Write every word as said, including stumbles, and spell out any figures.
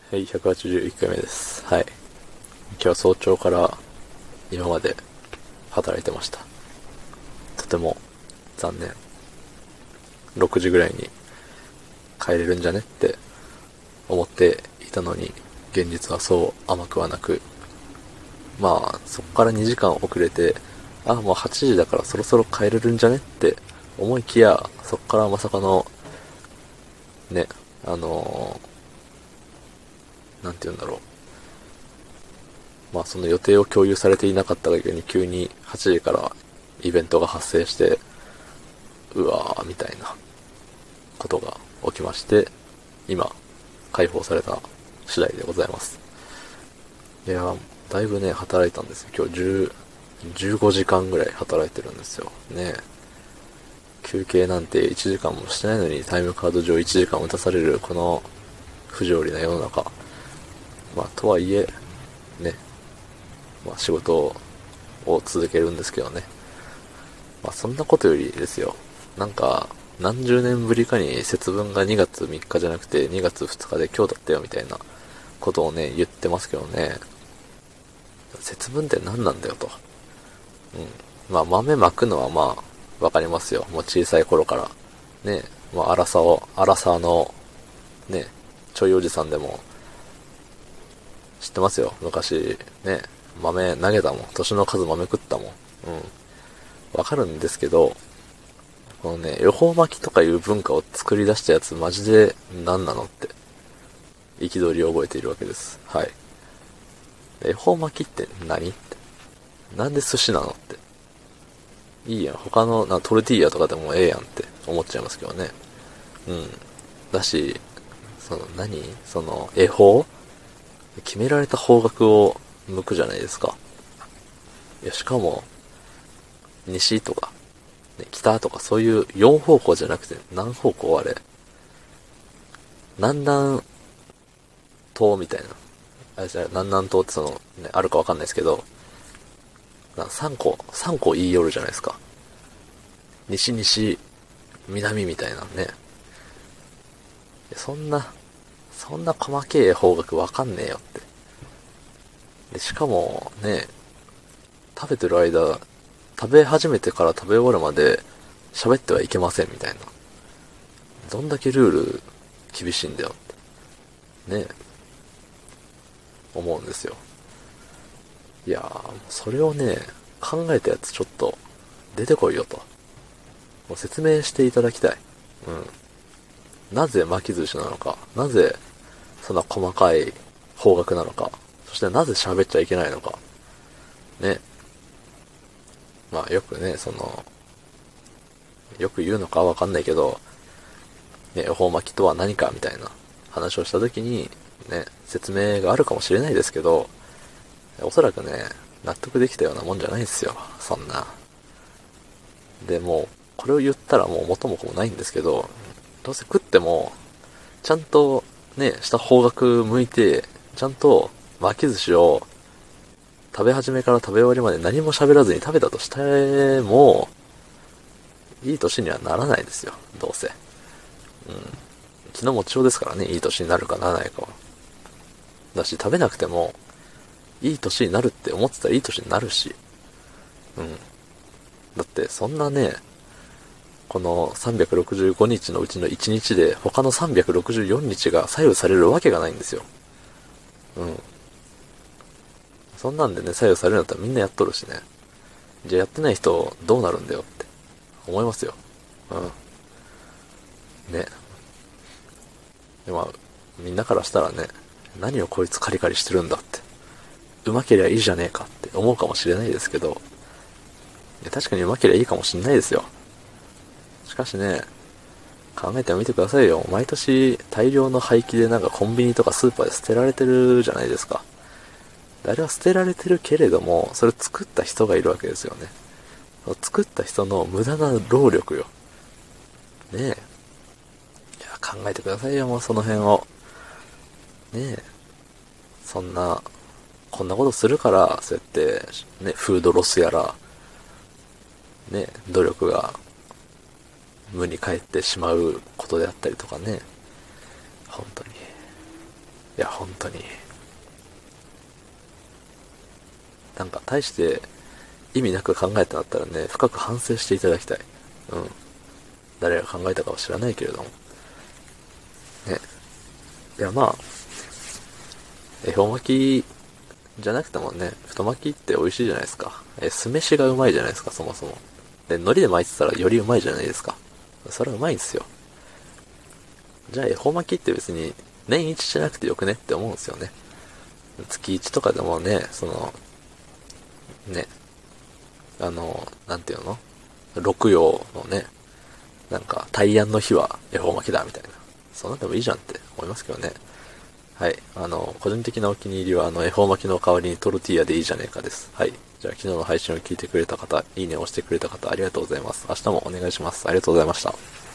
はい、ひゃくはちじゅういっかいめです。はい。今日は早朝から今まで働いてました。とても残念。ろくじぐらいに帰れるんじゃねって思っていたのに、現実はそう甘くはなく、まあ、そこからにじかん遅れて、あ、もうはちじだからそろそろ帰れるんじゃねって思いきや、そこからまさかの、ね、あのー、なんて言うんだろう。まあその予定を共有されていなかっただけに急にはちじからイベントが発生して、うわーみたいなことが起きまして、今、解放された次第でございます。いやー、だいぶね、働いたんですよ。今日じゅう、じゅうごじかんぐらい働いてるんですよ。ね。休憩なんていちじかんもしてないのにタイムカード上いちじかん打たされるこの不条理な世の中。まあ、とはいえ、ね、まあ仕事を続けるんですけどね。まあそんなことよりですよ。なんか、何十年ぶりかに節分がにがつみっかじゃなくてにがつふつかで今日だったよみたいなことをね、言ってますけどね。節分って何なんだよと。うん。まあ豆まくのはまあ、わかりますよ。もう小さい頃から。ね、まあ荒さを、荒さの、ね、ちょいおじさんでも知ってますよ。昔、ね、豆投げたもん。年の数豆食ったもん。うん。わかるんですけど、このね、恵方巻きとかいう文化を作り出したやつマジで何なのって憤りを覚えているわけです。はい。恵方巻きって何って。なんで寿司なのって。いいやん。他のなトルティーヤとかでもええやんって思っちゃいますけどね。うん。だし、その何その恵方決められた方角を向くじゃないですか。いや、しかも、西とか、ね、北とかそういうよん方向じゃなくて何方向あれ南南東みたいな。あれじゃ南南東ってその、ね、あるかわかんないですけど、なさんこ、さんこ言い寄るじゃないですか。西西、南みたいなね。そんな、そんな細けい方角わかんねえよって。で、しかもね、食べてる間、食べ始めてから食べ終わるまで喋ってはいけませんみたいな。どんだけルール厳しいんだよって。ね、思うんですよ。いやー、それをね、考えたやつちょっと出てこいよと。もう説明していただきたい。うん。なぜ巻き寿司なのか。なぜそんな細かい方角なのか。そしてなぜ喋っちゃいけないのか。ね。まあよくね、その、よく言うのかわかんないけど、ね、恵方巻きとは何かみたいな話をしたときに、ね、説明があるかもしれないですけど、おそらくね、納得できたようなもんじゃないですよ。そんな。で、もう、これを言ったらもう元も子もないんですけど、どうせ食っても、ちゃんとね、下方角向いて、ちゃんと巻き寿司を食べ始めから食べ終わりまで何も喋らずに食べたとしても、いい年にはならないですよ、どうせ。うん。気の持ちようですからね、いい年になるかならないかは。だし、食べなくても、いい年になるって思ってたらいい年になるし。うん。だって、そんなね、このさんびゃくろくじゅうごにちのうちのいちにちで他のさんびゃくろくじゅうよっかが左右されるわけがないんですよ。うん。そんなんでね、左右されるんだったらみんなやっとるしね。じゃあやってない人どうなるんだよって思いますよ。うん。ね。でまあ、みんなからしたらね、何をこいつカリカリしてるんだって。うまけりゃいいじゃねえかって思うかもしれないですけど、いや確かにうまけりゃいいかもしんないですよ。しかしね、考えてみてくださいよ。毎年大量の廃棄でなんかコンビニとかスーパーで捨てられてるじゃないですか。あれは捨てられてるけれども、それ作った人がいるわけですよね。作った人の無駄な労力よ。ねえ。いや、考えてくださいよ、もうその辺を。ねえ。そんな、こんなことするから、そうやって、ね、フードロスやら、ね、努力が無に返ってしまうことであったりとかね。本当に。 いや、本当に。なんか、大して意味なく考えたんだったらね、深く反省していただきたい。うん。誰が考えたかは知らないけれども。ね。いや、まあ、恵方巻きじゃなくてもね、太巻きって美味しいじゃないですか。え、酢飯がうまいじゃないですか、そもそも。で、海苔で巻いてたらよりうまいじゃないですか。それはうまいんですよ。じゃあ恵方巻きって別に年一じゃなくてよくねって思うんですよね。月一とかでもね、その、ね、あの、なんていうの六曜のね、なんか、大安の日は恵方巻きだみたいな。そんなんでもいいじゃんって思いますけどね。はい。あの、個人的なお気に入りは、あの、恵方巻きの代わりにトルティーヤでいいじゃねえかです。はい。じゃあ、昨日の配信を聞いてくれた方、いいねを押してくれた方、ありがとうございます。明日もお願いします。ありがとうございました。